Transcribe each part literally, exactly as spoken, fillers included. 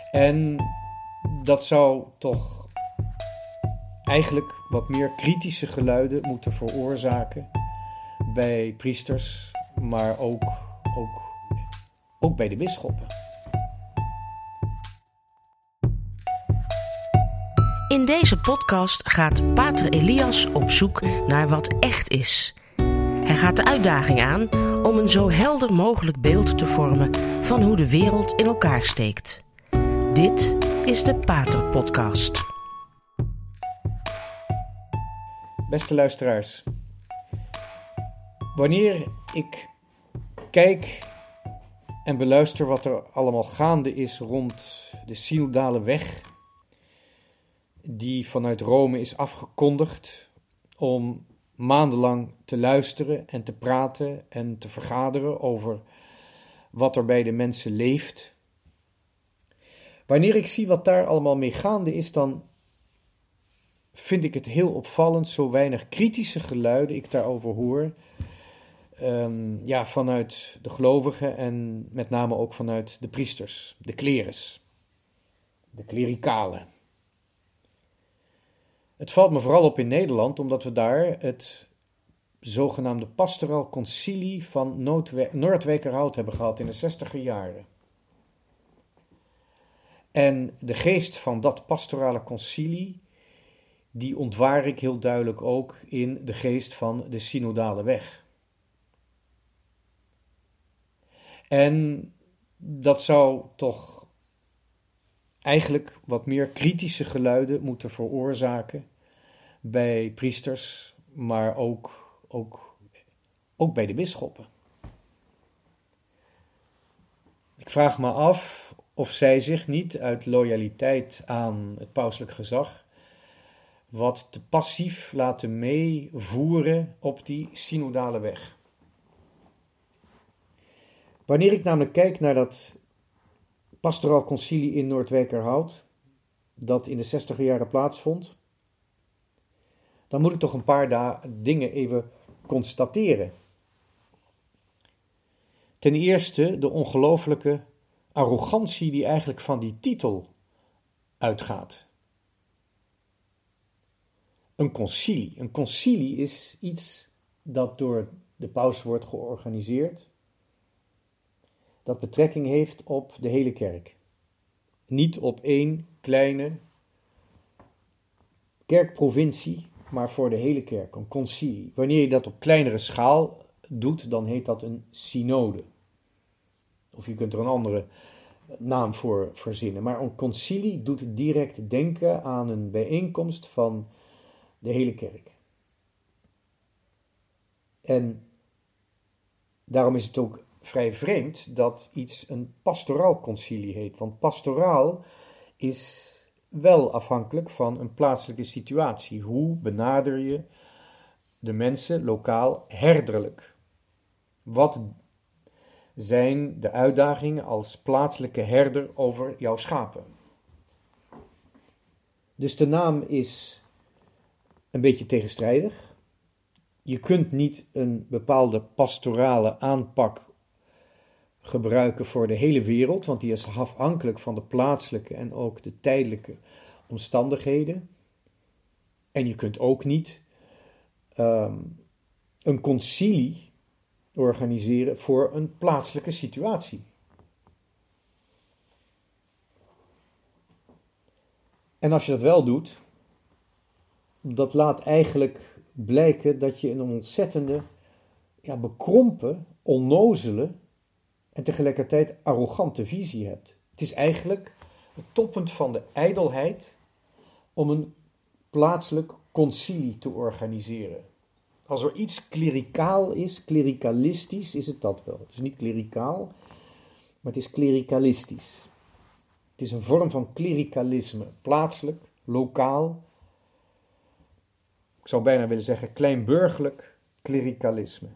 En dat zou toch eigenlijk wat meer kritische geluiden moeten veroorzaken bij priesters, maar ook, ook, ook bij de bisschoppen. In deze podcast gaat pater Elias op zoek naar wat echt is. Hij gaat de uitdaging aan om een zo helder mogelijk beeld te vormen van hoe de wereld in elkaar steekt. Dit is de Pater Podcast. Beste luisteraars, wanneer ik kijk en beluister wat er allemaal gaande is rond de synodale weg, die vanuit Rome is afgekondigd om maandenlang te luisteren en te praten en te vergaderen over wat er bij de mensen leeft. Wanneer ik zie wat daar allemaal mee gaande is, dan vind ik het heel opvallend zo weinig kritische geluiden ik daarover hoor. Um, ja, vanuit de gelovigen en met name ook vanuit de priesters, de clerus, de klerikalen. Het valt me vooral op in Nederland, omdat we daar het zogenaamde pastoraal concilie van Noordwijkerhout hebben gehad in de zestiger jaren. En de geest van dat pastorale concilie, die ontwaar ik heel duidelijk ook in de geest van de synodale weg. En dat zou toch eigenlijk wat meer kritische geluiden moeten veroorzaken bij priesters, maar ook, ook, ook bij de bisschoppen. Ik vraag me af of zij zich niet uit loyaliteit aan het pauselijk gezag wat te passief laten meevoeren op die synodale weg. Wanneer ik namelijk kijk naar dat pastoraal concilie in Noordwijkerhout, dat in de zestiger jaren plaatsvond, dan moet ik toch een paar da- dingen even constateren. Ten eerste de ongelooflijke arrogantie die eigenlijk van die titel uitgaat. Een concilie. Een concilie is iets dat door de paus wordt georganiseerd, dat betrekking heeft op de hele kerk. Niet op één kleine kerkprovincie, maar voor de hele kerk, een concilie. Wanneer je dat op kleinere schaal doet, dan heet dat een synode. Of je kunt er een andere naam voor verzinnen. Maar een concilie doet direct denken aan een bijeenkomst van de hele kerk. En daarom is het ook vrij vreemd dat iets een pastoraal concilie heet. Want pastoraal is wel afhankelijk van een plaatselijke situatie. Hoe benader je de mensen lokaal herderlijk? Wat zijn de uitdagingen als plaatselijke herder over jouw schapen? Dus de naam is een beetje tegenstrijdig. Je kunt niet een bepaalde pastorale aanpak gebruiken voor de hele wereld, want die is afhankelijk van de plaatselijke en ook de tijdelijke omstandigheden. En je kunt ook niet um, een concilie organiseren voor een plaatselijke situatie. En als je dat wel doet, dat laat eigenlijk blijken dat je een ontzettende, ja, bekrompen, onnozele en tegelijkertijd arrogante visie hebt. Het is eigenlijk het toppunt van de ijdelheid om een plaatselijk concilie te organiseren. Als er iets klericaal is, klerikalistisch, is het dat wel. Het is niet klericaal, maar het is klerikalistisch. Het is een vorm van klerikalisme, plaatselijk, lokaal. Ik zou bijna willen zeggen kleinburgerlijk klerikalisme.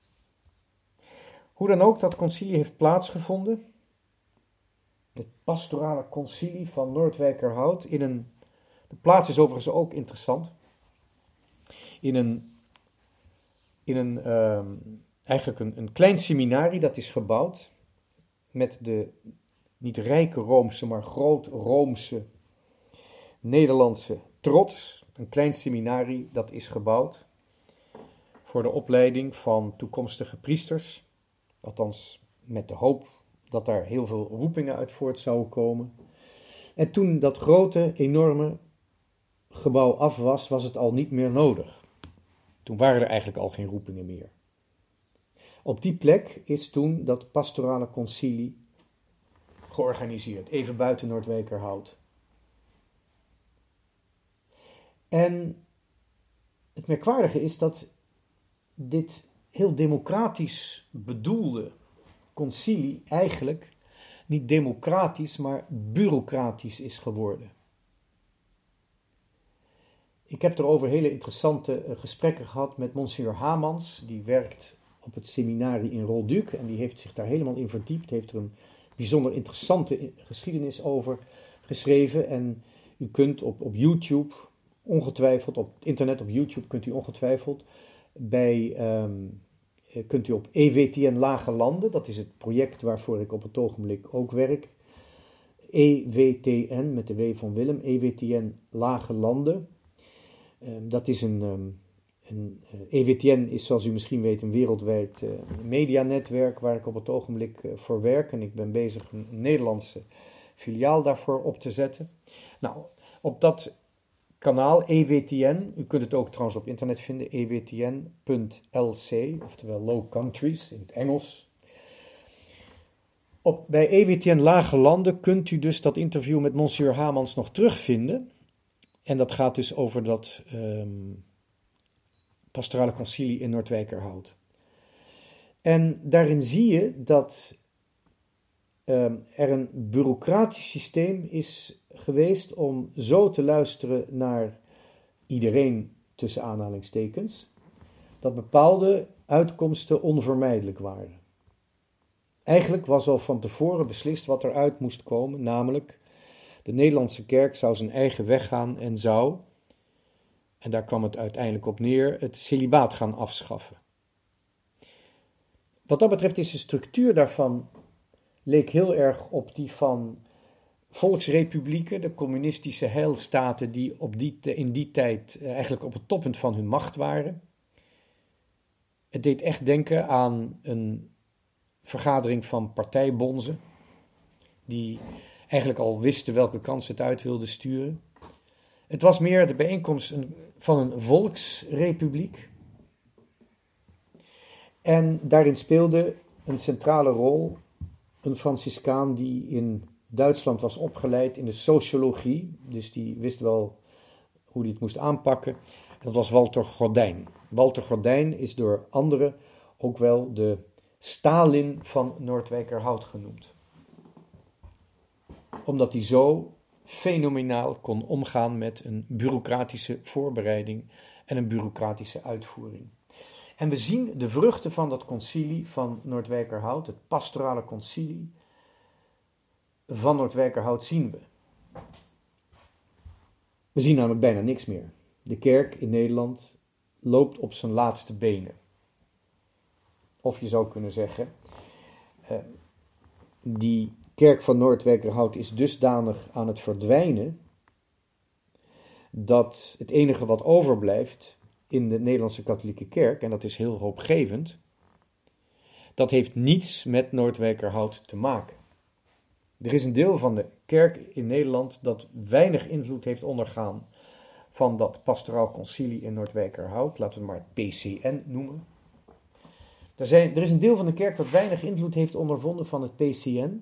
Hoe dan ook, dat concilie heeft plaatsgevonden. Het pastorale concilie van Noordwijkerhout. In een, de plaats is overigens ook interessant. In een, in een uh, eigenlijk een, een klein seminarie dat is gebouwd met de niet rijke Roomse, maar groot Roomse Nederlandse trots. Een klein seminarie dat is gebouwd voor de opleiding van toekomstige priesters. Althans met de hoop dat daar heel veel roepingen uit voort zouden komen. En toen dat grote, enorme gebouw af was, was het al niet meer nodig. Toen waren er eigenlijk al geen roepingen meer. Op die plek is toen dat pastorale concilie georganiseerd, even buiten Noordwijkerhout. En het merkwaardige is dat dit heel democratisch bedoelde concilie eigenlijk niet democratisch, maar bureaucratisch is geworden. Ik heb erover hele interessante uh, gesprekken gehad met Monsignor Hamans, die werkt op het seminarie in Rolduc en die heeft zich daar helemaal in verdiept, heeft er een bijzonder interessante geschiedenis over geschreven. En u kunt op, op YouTube, ongetwijfeld, op het internet, op YouTube kunt u ongetwijfeld bij, um, kunt u op E W T N Lage Landen, dat is het project waarvoor ik op het ogenblik ook werk, E W T N met de W van Willem, E W T N Lage Landen. Um, dat is een, um, een uh, E W T N is, zoals u misschien weet, een wereldwijd uh, medianetwerk waar ik op het ogenblik uh, voor werk. En ik ben bezig een, een Nederlandse filiaal daarvoor op te zetten. Nou, op dat kanaal E W T N, u kunt het ook trouwens op internet vinden, E W T N punt L C, oftewel Low Countries in het Engels. Op, bij E W T N Lage Landen kunt u dus dat interview met Monsignor Hamans nog terugvinden. En dat gaat dus over dat um, pastorale concilie in Noordwijkerhout. En daarin zie je dat um, er een bureaucratisch systeem is geweest om zo te luisteren naar iedereen, tussen aanhalingstekens, dat bepaalde uitkomsten onvermijdelijk waren. Eigenlijk was al van tevoren beslist wat eruit moest komen, namelijk de Nederlandse kerk zou zijn eigen weg gaan en zou, en daar kwam het uiteindelijk op neer, het celibaat gaan afschaffen. Wat dat betreft is de structuur daarvan leek heel erg op die van volksrepublieken, de communistische heilstaten die op die, in die tijd eigenlijk op het toppunt van hun macht waren. Het deed echt denken aan een vergadering van partijbonzen, die eigenlijk al wisten welke kant ze het uit wilden sturen. Het was meer de bijeenkomst van een volksrepubliek. En daarin speelde een centrale rol een Franciscaan die in Duitsland was opgeleid in de sociologie. Dus die wist wel hoe hij het moest aanpakken. Dat was Walter Gordijn. Walter Gordijn is door anderen ook wel de Stalin van Noordwijkerhout genoemd. Omdat hij zo fenomenaal kon omgaan met een bureaucratische voorbereiding en een bureaucratische uitvoering. En we zien de vruchten van dat concilie van Noordwijkerhout, het pastorale concilie van Noordwijkerhout zien we. We zien namelijk bijna niks meer. De kerk in Nederland loopt op zijn laatste benen. Of je zou kunnen zeggen, uh, die kerk van Noordwijkerhout is dusdanig aan het verdwijnen, dat het enige wat overblijft in de Nederlandse katholieke kerk, en dat is heel hoopgevend, dat heeft niets met Noordwijkerhout te maken. Er is een deel van de kerk in Nederland dat weinig invloed heeft ondergaan van dat pastoraal concilie in Noordwijkerhout, laten we het maar het P C N noemen. Er, zijn, er is een deel van de kerk dat weinig invloed heeft ondervonden van het P C N.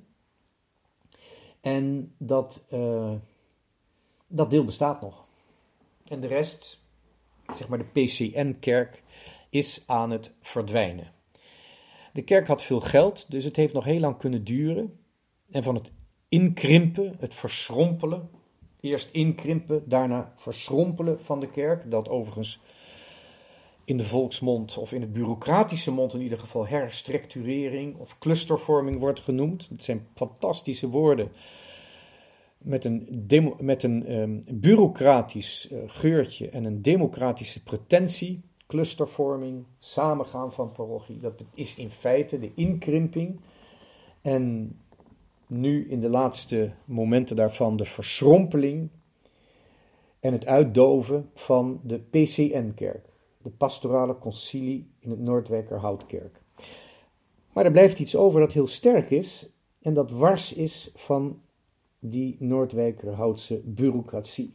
En dat, uh, dat deel bestaat nog. En de rest, zeg maar de P C N-kerk, is aan het verdwijnen. De kerk had veel geld, dus het heeft nog heel lang kunnen duren. En van het inkrimpen, het verschrompelen, eerst inkrimpen, daarna verschrompelen van de kerk, dat overigens in de volksmond of in het bureaucratische mond in ieder geval herstructurering of clustervorming wordt genoemd. Het zijn fantastische woorden met een, demo, met een um, bureaucratisch uh, geurtje en een democratische pretentie. Clustervorming, samengaan van parochie, dat is in feite de inkrimping. En nu in de laatste momenten daarvan de verschrompeling en het uitdoven van de P C N-kerk, de Pastorale Concilie in het Noordwijkerhoutkerk. Maar er blijft iets over dat heel sterk is en dat wars is van die Noordwijkerhoutse bureaucratie.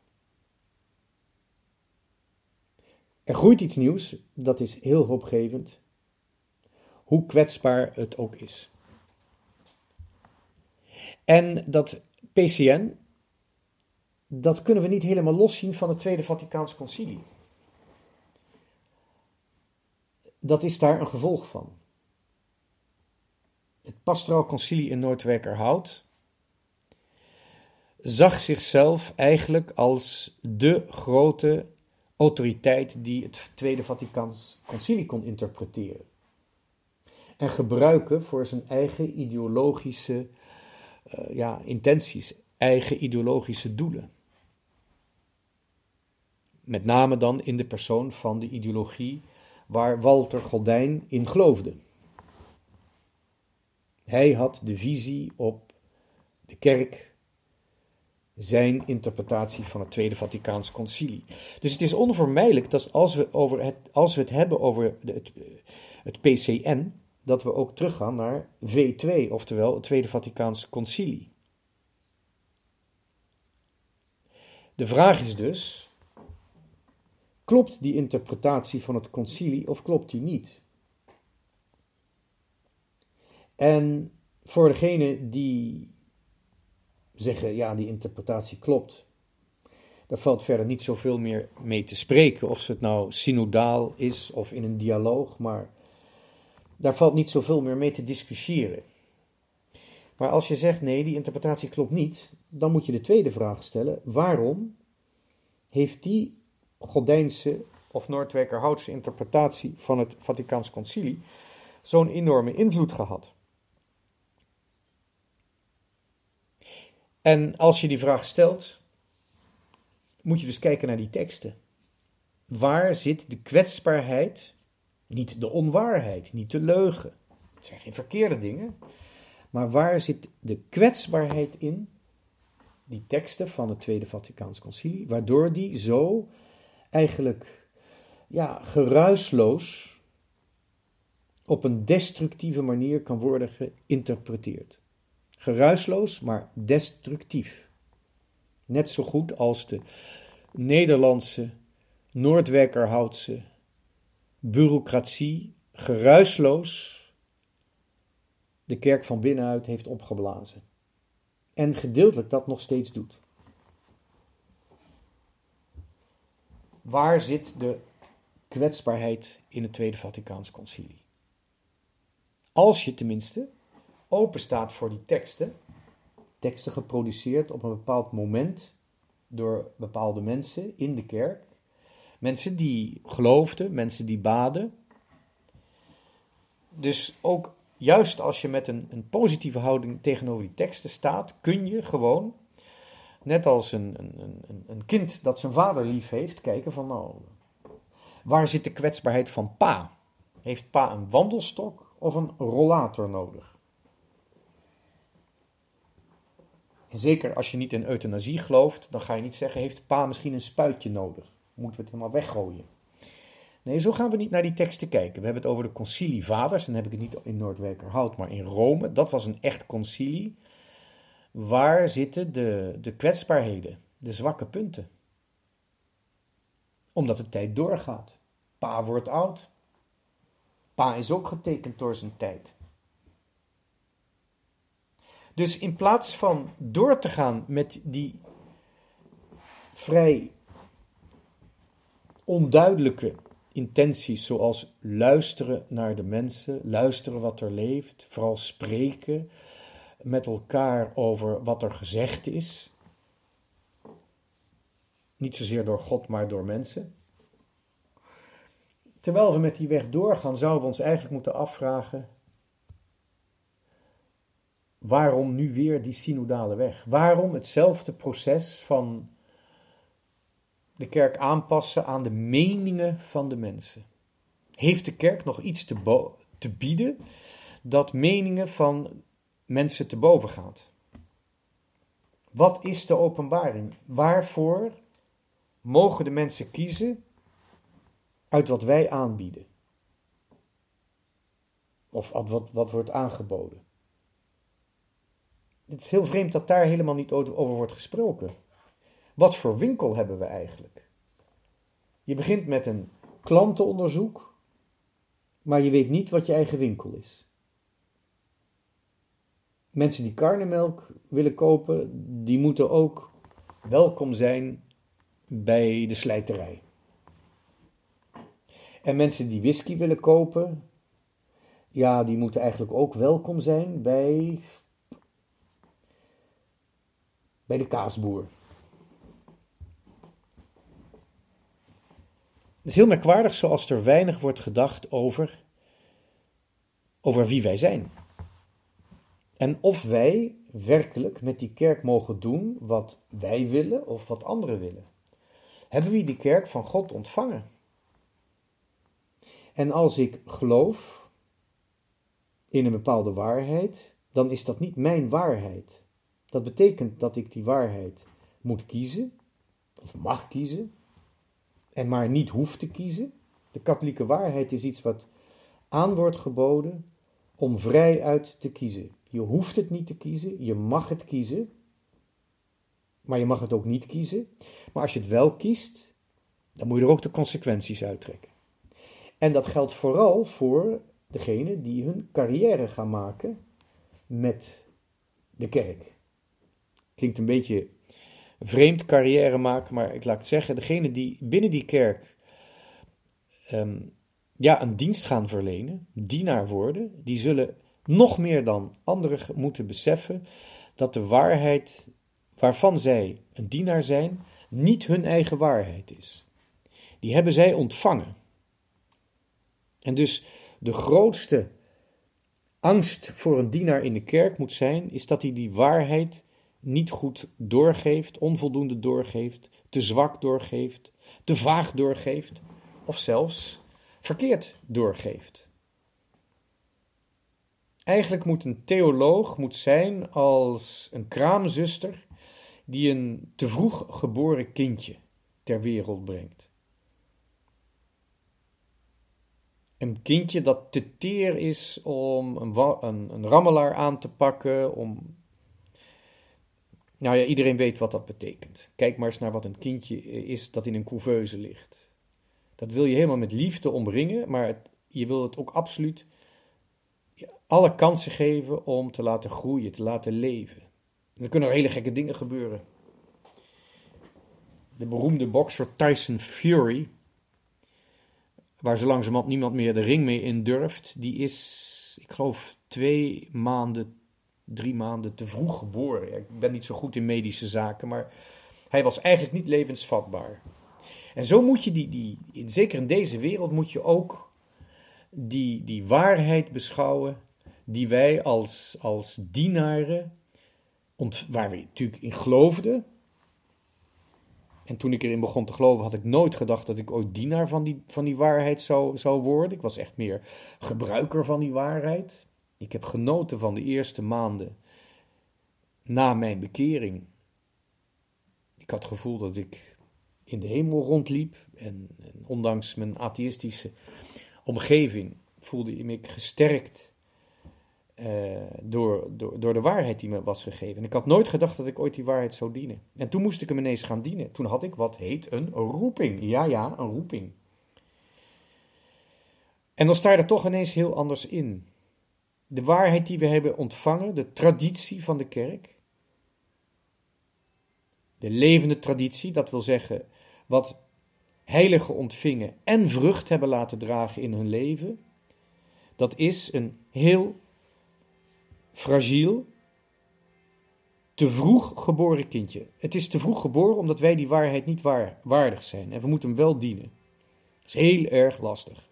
Er groeit iets nieuws, dat is heel hoopgevend, hoe kwetsbaar het ook is. En dat P C N, dat kunnen we niet helemaal loszien van het Tweede Vaticaans Concilie. Dat is daar een gevolg van. Het Pastoraal Concilie in Noordwijkerhout zag zichzelf eigenlijk als de grote autoriteit die het Tweede Vaticaans Concilie kon interpreteren. En gebruiken voor zijn eigen ideologische uh, ja, intenties, eigen ideologische doelen. Met name dan in de persoon van de ideologie waar Walter Goddijn in geloofde. Hij had de visie op de kerk, zijn interpretatie van het Tweede Vaticaans Concilie. Dus het is onvermijdelijk dat als we, over het, als we het hebben over de, het, het P C N, dat we ook teruggaan naar V twee, oftewel het Tweede Vaticaans Concilie. De vraag is dus, klopt die interpretatie van het concilie of klopt die niet? En voor degenen die zeggen, ja, die interpretatie klopt, daar valt verder niet zoveel meer mee te spreken, of het nou synodaal is of in een dialoog, maar daar valt niet zoveel meer mee te discussiëren. Maar als je zegt, nee, die interpretatie klopt niet, dan moet je de tweede vraag stellen, waarom heeft die Goddijnse of Noordwijkerhoutse interpretatie van het Vaticaans Concilie zo'n enorme invloed gehad? En als je die vraag stelt, moet je dus kijken naar die teksten. Waar zit de kwetsbaarheid, niet de onwaarheid, niet de leugen? Het zijn geen verkeerde dingen, maar waar zit de kwetsbaarheid in, die teksten van het Tweede Vaticaans Concilie, waardoor die zo eigenlijk ja, geruisloos op een destructieve manier kan worden geïnterpreteerd. Geruisloos, maar destructief. Net zo goed als de Nederlandse, Noordwijkerhoutse bureaucratie geruisloos de kerk van binnenuit heeft opgeblazen. En gedeeltelijk dat nog steeds doet. Waar zit de kwetsbaarheid in het Tweede Vaticaans Concilie? Als je tenminste open staat voor die teksten, teksten geproduceerd op een bepaald moment door bepaalde mensen in de kerk, mensen die geloofden, mensen die baden. Dus ook juist als je met een, een positieve houding tegenover die teksten staat, kun je gewoon, net als een, een, een, een kind dat zijn vader lief heeft, kijken van nou, waar zit de kwetsbaarheid van pa? Heeft pa een wandelstok of een rollator nodig? En zeker als je niet in euthanasie gelooft, dan ga je niet zeggen, heeft pa misschien een spuitje nodig? Moeten we het helemaal weggooien? Nee, zo gaan we niet naar die teksten kijken. We hebben het over de concilievaders, en dan heb ik het niet in Noordwijkerhout, maar in Rome. Dat was een echt concilie. Waar zitten de, de kwetsbaarheden, de zwakke punten? Omdat de tijd doorgaat. Pa wordt oud. Pa is ook getekend door zijn tijd. Dus in plaats van door te gaan met die vrij onduidelijke intenties, zoals luisteren naar de mensen, luisteren wat er leeft, vooral spreken met elkaar over wat er gezegd is. Niet zozeer door God, maar door mensen. Terwijl we met die weg doorgaan, zouden we ons eigenlijk moeten afvragen, waarom nu weer die synodale weg? Waarom hetzelfde proces van de kerk aanpassen aan de meningen van de mensen? Heeft de kerk nog iets te, bo- te bieden dat meningen van mensen te boven gaat. Wat is de openbaring? Waarvoor mogen de mensen kiezen uit wat wij aanbieden? Of wat, wat wordt aangeboden? Het is heel vreemd dat daar helemaal niet over wordt gesproken. Wat voor winkel hebben we eigenlijk? Je begint met een klantenonderzoek, maar je weet niet wat je eigen winkel is. Mensen die karnemelk willen kopen, die moeten ook welkom zijn bij de slijterij. En mensen die whisky willen kopen, ja, die moeten eigenlijk ook welkom zijn bij, bij de kaasboer. Het is heel merkwaardig zoals er weinig wordt gedacht over, over wie wij zijn. En of wij werkelijk met die kerk mogen doen wat wij willen of wat anderen willen. Hebben we die kerk van God ontvangen? En als ik geloof in een bepaalde waarheid, dan is dat niet mijn waarheid. Dat betekent dat ik die waarheid moet kiezen, of mag kiezen, en maar niet hoef te kiezen. De katholieke waarheid is iets wat aan wordt geboden om vrij uit te kiezen. Je hoeft het niet te kiezen, je mag het kiezen, maar je mag het ook niet kiezen. Maar als je het wel kiest, dan moet je er ook de consequenties uittrekken. En dat geldt vooral voor degenen die hun carrière gaan maken met de kerk. Klinkt een beetje vreemd, carrière maken, maar ik laat het zeggen, degenen die binnen die kerk um, ja, een dienst gaan verlenen, dienaar worden, die zullen nog meer dan anderen moeten beseffen dat de waarheid waarvan zij een dienaar zijn, niet hun eigen waarheid is. Die hebben zij ontvangen. En dus de grootste angst voor een dienaar in de kerk moet zijn, is dat hij die waarheid niet goed doorgeeft, onvoldoende doorgeeft, te zwak doorgeeft, te vaag doorgeeft, of zelfs verkeerd doorgeeft. Eigenlijk moet een theoloog moet zijn als een kraamzuster die een te vroeg geboren kindje ter wereld brengt. Een kindje dat te teer is om een, een, een rammelaar aan te pakken, om... Nou ja, iedereen weet wat dat betekent. Kijk maar eens naar wat een kindje is dat in een couveuse ligt. Dat wil je helemaal met liefde omringen, maar het, je wil het ook absoluut alle kansen geven om te laten groeien, te laten leven. En er kunnen er hele gekke dingen gebeuren. De beroemde bokser Tyson Fury, waar zo langzamerhand niemand meer de ring mee in durft, die is, ik geloof, twee maanden, drie maanden te vroeg geboren. Ik ben niet zo goed in medische zaken, maar hij was eigenlijk niet levensvatbaar. En zo moet je, die, die, in, zeker in deze wereld, moet je ook die, die waarheid beschouwen die wij als, als dienaren, ont, waar we natuurlijk in geloofden. En toen ik erin begon te geloven, had ik nooit gedacht dat ik ooit dienaar van die, van die waarheid zou, zou worden. Ik was echt meer gebruiker van die waarheid. Ik heb genoten van de eerste maanden na mijn bekering. Ik had het gevoel dat ik in de hemel rondliep. En, en ondanks mijn atheïstische omgeving voelde ik me gesterkt uh, door, door, door de waarheid die me was gegeven. En ik had nooit gedacht dat ik ooit die waarheid zou dienen. En toen moest ik hem ineens gaan dienen. Toen had ik wat heet een roeping. Ja, ja, een roeping. En dan sta je er toch ineens heel anders in. De waarheid die we hebben ontvangen, de traditie van de kerk. De levende traditie, dat wil zeggen wat heiligen ontvingen en vrucht hebben laten dragen in hun leven. Dat is een heel fragiel, te vroeg geboren kindje. Het is te vroeg geboren omdat wij die waarheid niet waar, waardig zijn. En we moeten hem wel dienen. Dat is heel erg lastig.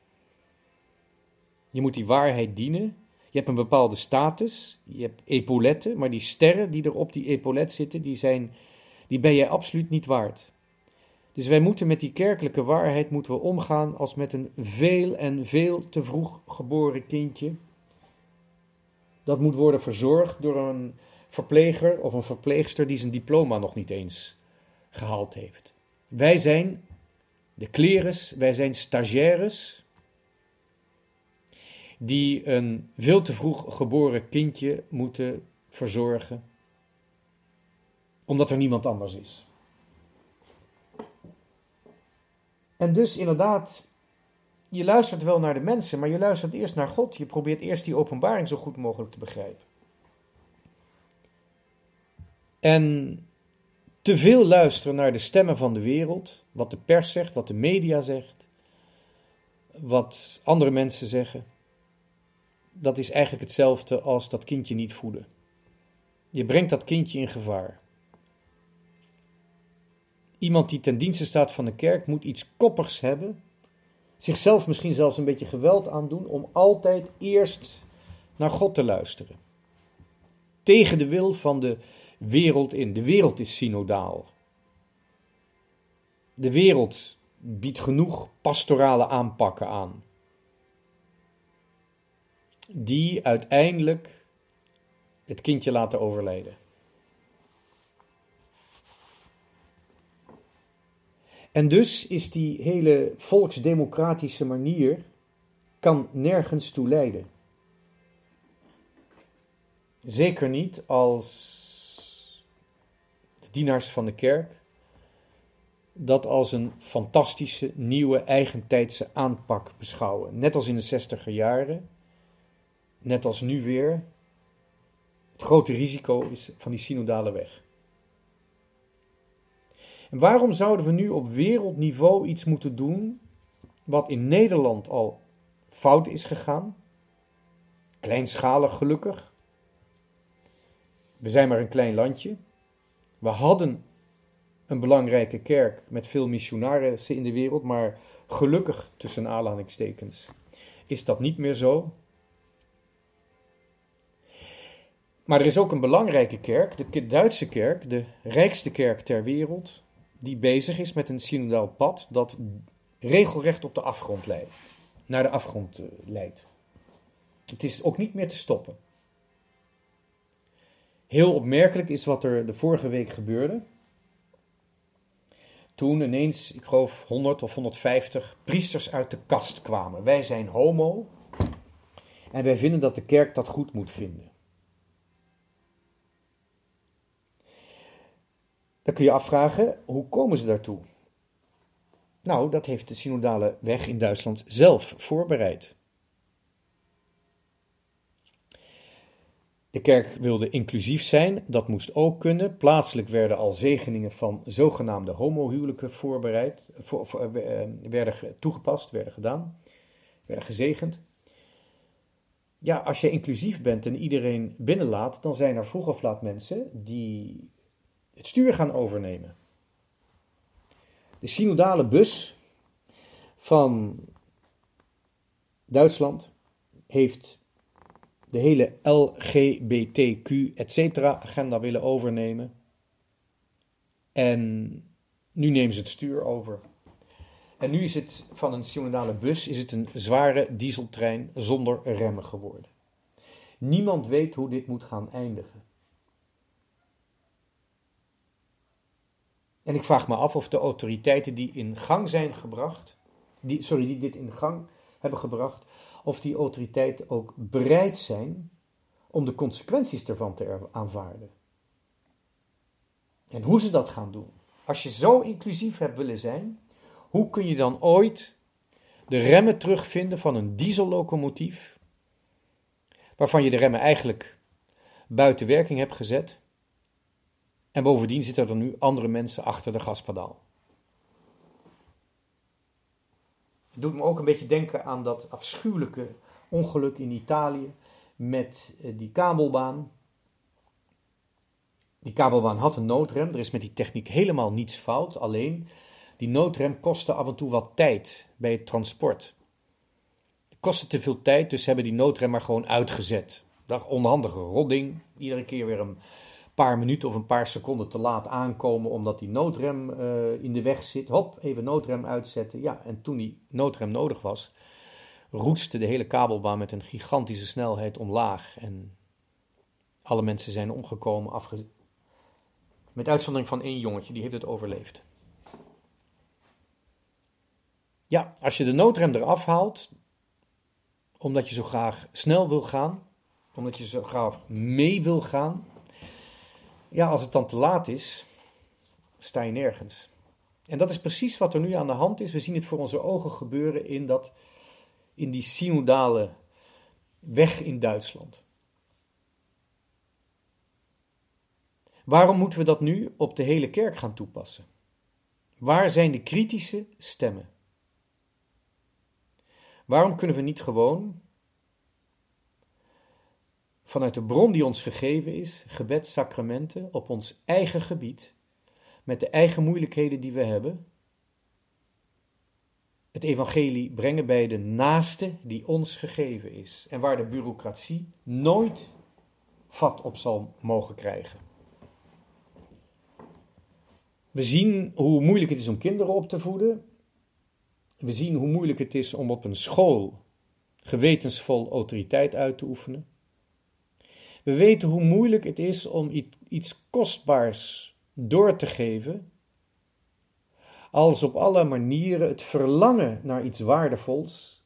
Je moet die waarheid dienen. Je hebt een bepaalde status. Je hebt epauletten. Maar die sterren die er op die epaulet zitten, die, zijn, die ben jij absoluut niet waard. Dus wij moeten met die kerkelijke waarheid moeten we omgaan als met een veel en veel te vroeg geboren kindje. dat moet worden verzorgd door een verpleger of een verpleegster die zijn diploma nog niet eens gehaald heeft. Wij zijn de klerus, wij zijn stagiaires die een veel te vroeg geboren kindje moeten verzorgen, omdat er niemand anders is. En dus inderdaad, je luistert wel naar de mensen, maar je luistert eerst naar God. Je probeert eerst die openbaring zo goed mogelijk te begrijpen. En te veel luisteren naar de stemmen van de wereld, wat de pers zegt, wat de media zegt, wat andere mensen zeggen, dat is eigenlijk hetzelfde als dat kindje niet voeden. Je brengt dat kindje in gevaar. Iemand die ten dienste staat van de kerk moet iets koppigs hebben, zichzelf misschien zelfs een beetje geweld aandoen om altijd eerst naar God te luisteren. Tegen de wil van de wereld in. De wereld is synodaal. De wereld biedt genoeg pastorale aanpakken aan, die uiteindelijk het kindje laten overlijden. En dus is die hele volksdemocratische manier, kan nergens toe leiden. Zeker niet als de dienaars van de kerk dat als een fantastische, nieuwe, eigentijdse aanpak beschouwen. Net als in de zestiger jaren, net als nu weer. Het grote risico is van die synodale weg. En waarom zouden we nu op wereldniveau iets moeten doen wat in Nederland al fout is gegaan? Kleinschalig gelukkig. We zijn maar een klein landje. We hadden een belangrijke kerk met veel missionarissen in de wereld, maar gelukkig, tussen aanhalingstekens, is dat niet meer zo. Maar er is ook een belangrijke kerk, de Duitse kerk, de rijkste kerk ter wereld, die bezig is met een synodaal pad dat regelrecht op de afgrond leidt, naar de afgrond uh, leidt. Het is ook niet meer te stoppen. Heel opmerkelijk is wat er de vorige week gebeurde. Toen ineens, ik geloof honderd of honderdvijftig priesters uit de kast kwamen. Wij zijn homo en wij vinden dat de kerk dat goed moet vinden. Dan kun je afvragen, hoe komen ze daartoe? Nou, dat heeft de synodale weg in Duitsland zelf voorbereid. De kerk wilde inclusief zijn, dat moest ook kunnen. Plaatselijk werden al zegeningen van zogenaamde homohuwelijken voorbereid, voor, voor, werden toegepast, werden gedaan, werden gezegend. Ja, als je inclusief bent en iedereen binnenlaat, dan zijn er vroeg of laat mensen die het stuur gaan overnemen. De synodale bus van Duitsland heeft de hele L G B T Q et cetera agenda willen overnemen. En nu nemen ze het stuur over. En nu is het van een synodale bus is het een zware dieseltrein zonder remmen geworden. Niemand weet hoe dit moet gaan eindigen. En ik vraag me af of de autoriteiten die in gang zijn gebracht, die, sorry, die dit in gang hebben gebracht, of die autoriteiten ook bereid zijn om de consequenties ervan te aanvaarden. En hoe ze dat gaan doen. Als je zo inclusief hebt willen zijn, hoe kun je dan ooit de remmen terugvinden van een diesellocomotief, waarvan je de remmen eigenlijk buiten werking hebt gezet, en bovendien zitten er nu andere mensen achter de gaspedaal. Het doet me ook een beetje denken aan dat afschuwelijke ongeluk in Italië met die kabelbaan. Die kabelbaan had een noodrem, er is met die techniek helemaal niets fout, alleen die noodrem kostte af en toe wat tijd bij het transport. Het kostte te veel tijd, dus ze hebben die noodrem maar gewoon uitgezet. Dat onhandige rodding, iedere keer weer een paar minuten of een paar seconden te laat aankomen omdat die noodrem uh, in de weg zit. Hop, even noodrem uitzetten. Ja, en toen die noodrem nodig was, roetste de hele kabelbaan met een gigantische snelheid omlaag. En alle mensen zijn omgekomen, afge... met uitzondering van één jongetje, die heeft het overleefd. Ja, als je de noodrem eraf haalt, omdat je zo graag snel wil gaan, omdat je zo graag mee wil gaan, ja, als het dan te laat is, sta je nergens. En dat is precies wat er nu aan de hand is. We zien het voor onze ogen gebeuren in, dat, in die synodale weg in Duitsland. Waarom moeten we dat nu op de hele kerk gaan toepassen? Waar zijn de kritische stemmen? Waarom kunnen we niet gewoon vanuit de bron die ons gegeven is, gebed, sacramenten, op ons eigen gebied, met de eigen moeilijkheden die we hebben, het evangelie brengen bij de naaste die ons gegeven is en waar de bureaucratie nooit vat op zal mogen krijgen. We zien hoe moeilijk het is om kinderen op te voeden. We zien hoe moeilijk het is om op een school gewetensvol autoriteit uit te oefenen. We weten hoe moeilijk het is om iets kostbaars door te geven, als op alle manieren het verlangen naar iets waardevols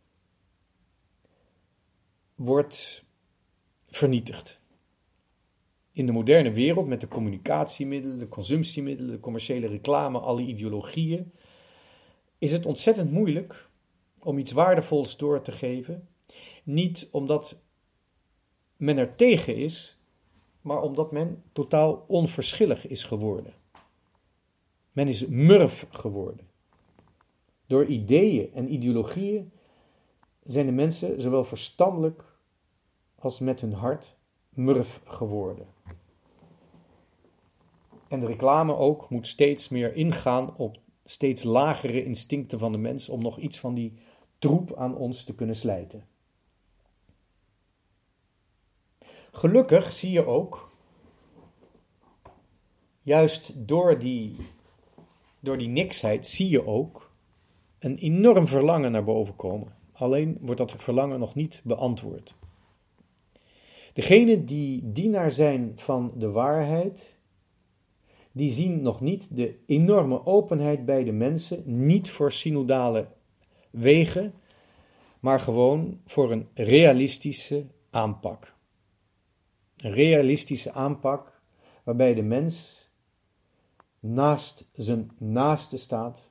wordt vernietigd. In de moderne wereld, met de communicatiemiddelen, de consumptiemiddelen, de commerciële reclame, alle ideologieën, is het ontzettend moeilijk om iets waardevols door te geven. Niet omdat men er tegen is, maar omdat men totaal onverschillig is geworden. Men is murf geworden. Door ideeën en ideologieën zijn de mensen zowel verstandelijk als met hun hart murf geworden. En de reclame ook moet steeds meer ingaan op steeds lagere instincten van de mens om nog iets van die troep aan ons te kunnen slijten. Gelukkig zie je ook, juist door die, door die niksheid, zie je ook een enorm verlangen naar boven komen. Alleen wordt dat verlangen nog niet beantwoord. Degenen die dienaar zijn van de waarheid, die zien nog niet de enorme openheid bij de mensen, niet voor synodale wegen, maar gewoon voor een realistische aanpak. Een realistische aanpak waarbij de mens naast zijn naaste staat,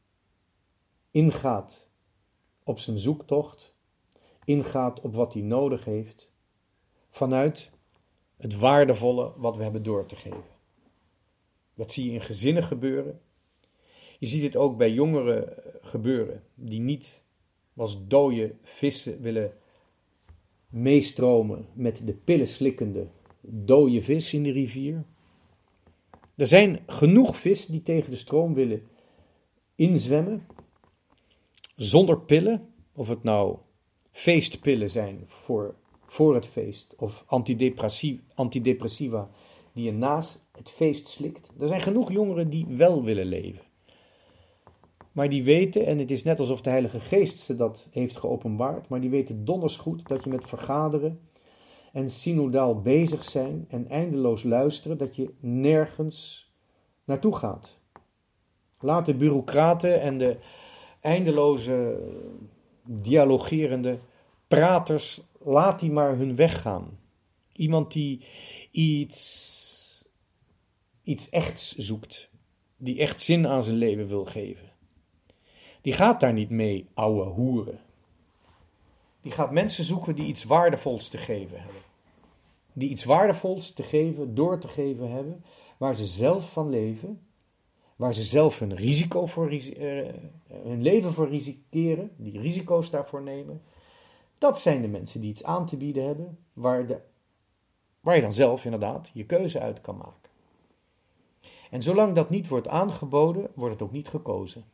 ingaat op zijn zoektocht, ingaat op wat hij nodig heeft, vanuit het waardevolle wat we hebben door te geven. Dat zie je in gezinnen gebeuren. Je ziet het ook bij jongeren gebeuren, die niet als dode vissen willen meestromen met de pillenslikkende dode vis in de rivier. Er zijn genoeg vissen die tegen de stroom willen inzwemmen, zonder pillen, of het nou feestpillen zijn voor, voor het feest, of antidepressiva die je naast het feest slikt. Er zijn genoeg jongeren die wel willen leven. Maar die weten, en het is net alsof de Heilige Geest ze dat heeft geopenbaard, maar die weten donders goed dat je met vergaderen en synodaal bezig zijn en eindeloos luisteren, dat je nergens naartoe gaat. Laat de bureaucraten en de eindeloze dialogerende praters, laat die maar hun weg gaan. Iemand die iets, iets echts zoekt, die echt zin aan zijn leven wil geven. Die gaat daar niet mee ouwe hoeren. Die gaat mensen zoeken die iets waardevols te geven hebben. Die iets waardevols te geven, door te geven hebben, waar ze zelf van leven, waar ze zelf hun risico voor, uh, hun leven voor risikeren, die risico's daarvoor nemen. Dat zijn de mensen die iets aan te bieden hebben, waar, de, waar je dan zelf inderdaad je keuze uit kan maken. En zolang dat niet wordt aangeboden, wordt het ook niet gekozen.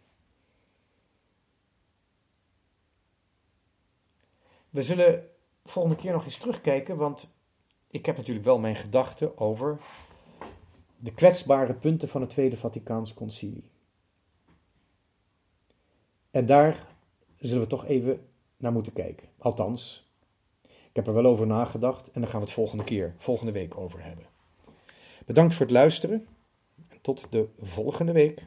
We zullen volgende keer nog eens terugkijken, want ik heb natuurlijk wel mijn gedachten over de kwetsbare punten van het Tweede Vaticaans Concilie. En daar zullen we toch even naar moeten kijken. Althans, ik heb er wel over nagedacht en daar gaan we het volgende keer, volgende week over hebben. Bedankt voor het luisteren en tot de volgende week.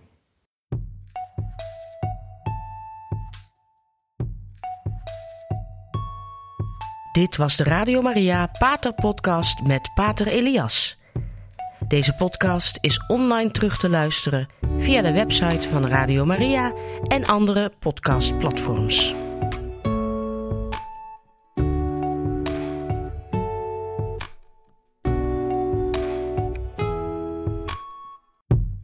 Dit was de Radio Maria Pater Podcast met Pater Elias. Deze podcast is online terug te luisteren via de website van Radio Maria en andere podcastplatforms.